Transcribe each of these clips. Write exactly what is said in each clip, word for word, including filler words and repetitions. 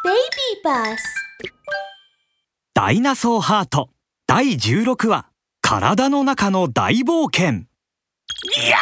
Baby Bus ダイナソーハートだいじゅうろくわ、体の中の大冒険。 いや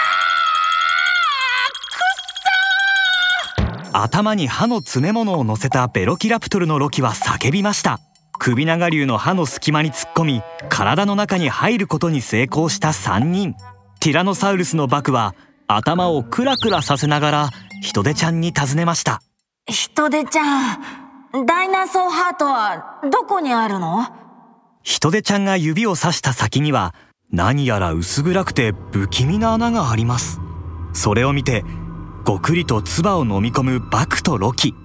ー、くっさー。 頭に歯の詰め物を乗せたベロキラプトルのロキは叫びました。首長竜の歯の隙間に突っ込み、体の中に入ることに成功したさんにん。ティラノサウルスのバクは頭をクラクラさせながらヒトデちゃんに尋ねました。 ヒトデちゃん、ダイナソーハートはどこにあるの？ ヒトデちゃんが指をさした先には何やら薄暗くて不気味な穴があります。それを見てごくりと唾を飲み込むバクとロキ。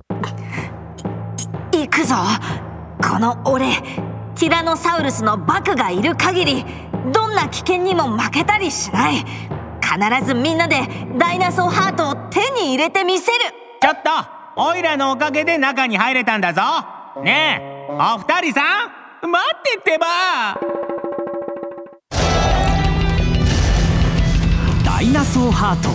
行くぞ。この俺ティラノサウルスのバクがいる限りどんな危険にも負けたりしない。必ずみんなでダイナソーハートを手に入れてみせる。 ちょっと、オイラのおかげで中に入れたんだぞ。ねえ、お二人さん、待ってってば。 ダイナソーハート。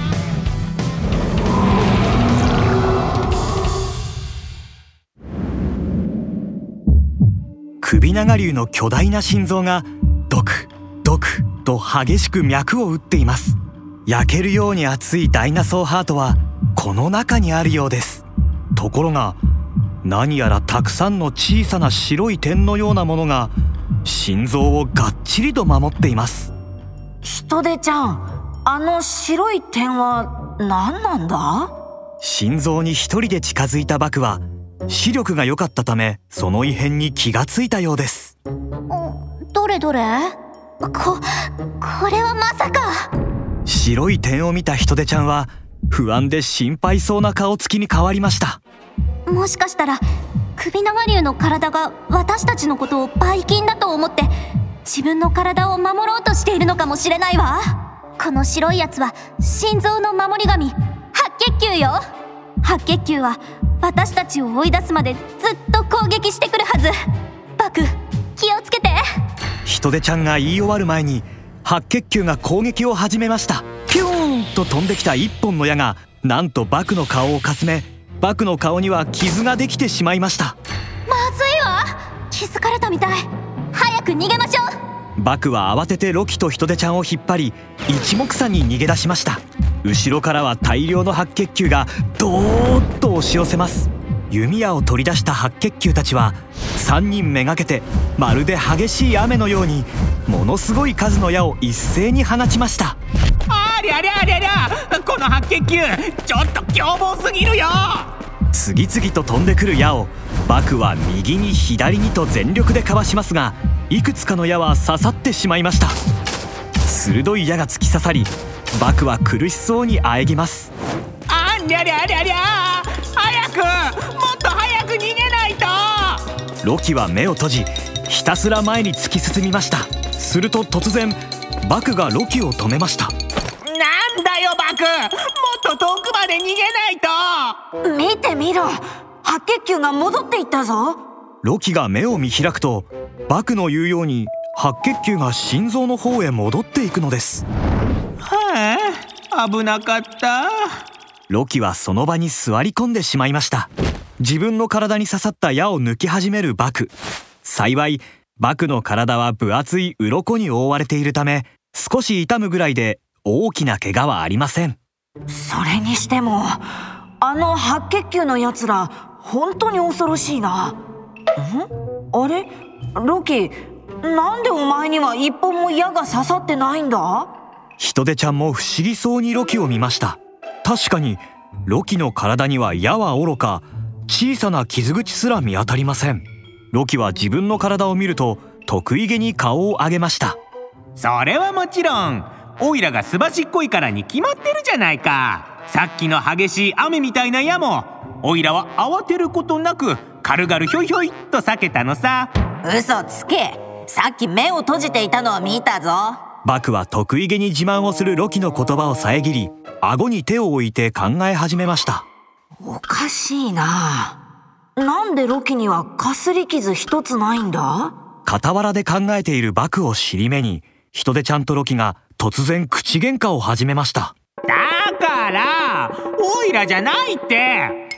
首長竜の巨大な心臓がドクドクと激しく脈を打っています。焼けるように熱いダイナソーハートはこの中にあるようです。ところが何やらたくさんの小さな白い点のようなものが心臓をがっちりと守っています。 ヒトデちゃん、あの白い点は何なんだ？ 心臓に一人で近づいたバクは視力が良かったためその異変に気がついたようです。 どれどれ？こ、これはまさか。 白い点を見たヒトデちゃんは不安で心配そうな顔つきに変わりました。 もしかしたら首長竜の体が私たちのことをばい菌だと思って自分の体を守ろうとしているのかもしれないわ。この白いやつは心臓の守り神、白血球よ。白血球は私たちを追い出すまでずっと攻撃してくるはず。バク、気をつけて。 ヒトデちゃんが言い終わる前に白血球が攻撃を始めました。ピューンと飛んできた一本の矢がなんとバクの顔をかすめ、バクの顔には傷ができてしまいました。 まずいわ。気づかれたみたい。早く逃げましょう。 バクは慌ててロキとヒトデちゃんを引っ張り一目散に逃げ出しました。後ろからは大量の白血球がドーッと押し寄せます。弓矢を取り出した白血球たちはさんにんめがけてまるで激しい雨のようにものすごい数の矢を一斉に放ちました。 ありゃりゃりゃりゃ、この白血球ちょっと凶暴すぎるよ。 次々と飛んでくる矢をバクは右に左にと全力でかわしますが、いくつかの矢は刺さってしまいました。鋭い矢が突き刺さりバクは苦しそうにあえぎます。 ありゃりゃりゃりゃ、早く、もっと早く逃げないと。 ロキは目を閉じひたすら前に突き進みました。すると突然バクがロキを止めました。 なんだよバク、もっと遠くまで逃げないと。 見てみろ、白血球が戻っていったぞ。 ロキが目を見開くとバクの言うように白血球が心臓の方へ戻っていくのです。 はあ、危なかった。 ロキはその場に座り込んでしまいました。自分の体に刺さった矢を抜き始めるバク。幸いバクの体は分厚い鱗に覆われているため少し痛むぐらいで大きな怪我はありません。 それにしてもあの白血球のやつら本当に恐ろしいな。ん？あれ？ロキ、なんでお前には一本も矢が刺さってないんだ？ ヒトデちゃんも不思議そうにロキを見ました。確かにロキの体には矢はおろか小さな傷口すら見当たりません。ロキは自分の体を見ると得意げに顔を上げました。 それはもちろんオイラがすばしっこいからに決まってるじゃないか。さっきの激しい雨みたいな矢もオイラは慌てることなく軽々ひょいひょいっと避けたのさ。 嘘つけ。さっき目を閉じていたのを見たぞ。 バクは得意げに自慢をするロキの言葉を遮り顎に手を置いて考え始めました。 おかしいな。なんでロキにはかすり傷一つないんだ？ 傍らで考えているバクを尻目にヒトデちゃんとロキが突然口喧嘩を始めました。 だからオイラじゃないって。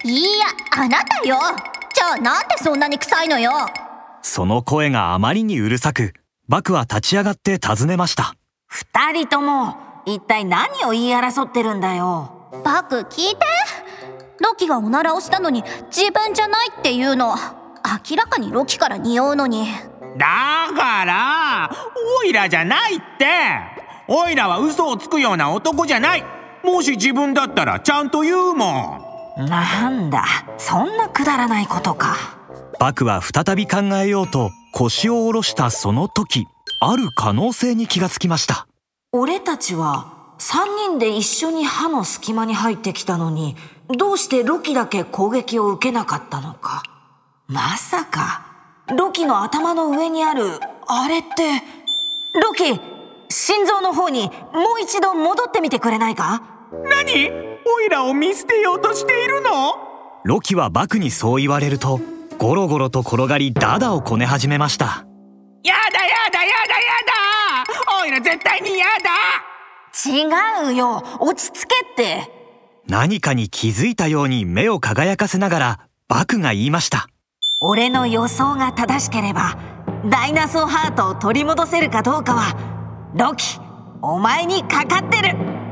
いや、あなたよ。じゃあなんでそんなに臭いのよ。 その声があまりにうるさく、バクは立ち上がって尋ねました。 二人とも一体何を言い争ってるんだよ。 バク聞いて。ロキがおならをしたのに自分じゃないっていうの。明らかにロキから匂うのに。 だからオイラじゃないって。オイラは嘘をつくような男じゃない。もし自分だったらちゃんと言うもん。 なんだ、そんなくだらないことか。 バクは再び考えようと腰を下ろしたその時、ある可能性に気がつきました。 俺たちは三人で一緒に歯の隙間に入ってきたのに、どうしてロキだけ攻撃を受けなかったのか。まさかロキの頭の上にあるあれって。ロキ、心臓の方にもう一度戻ってみてくれないか。 何？オイラを見捨てようとしているの？ ロキはバクにそう言われると、ゴロゴロと転がりダダをこね始めました。 やだやだやだやだ、オイラ絶対にやだ。 違うよ、落ち着けって。 何かに気づいたように目を輝かせながらバクが言いました。 俺の予想が正しければ、ダイナソーハートを取り戻せるかどうかはロキ、お前にかかってる。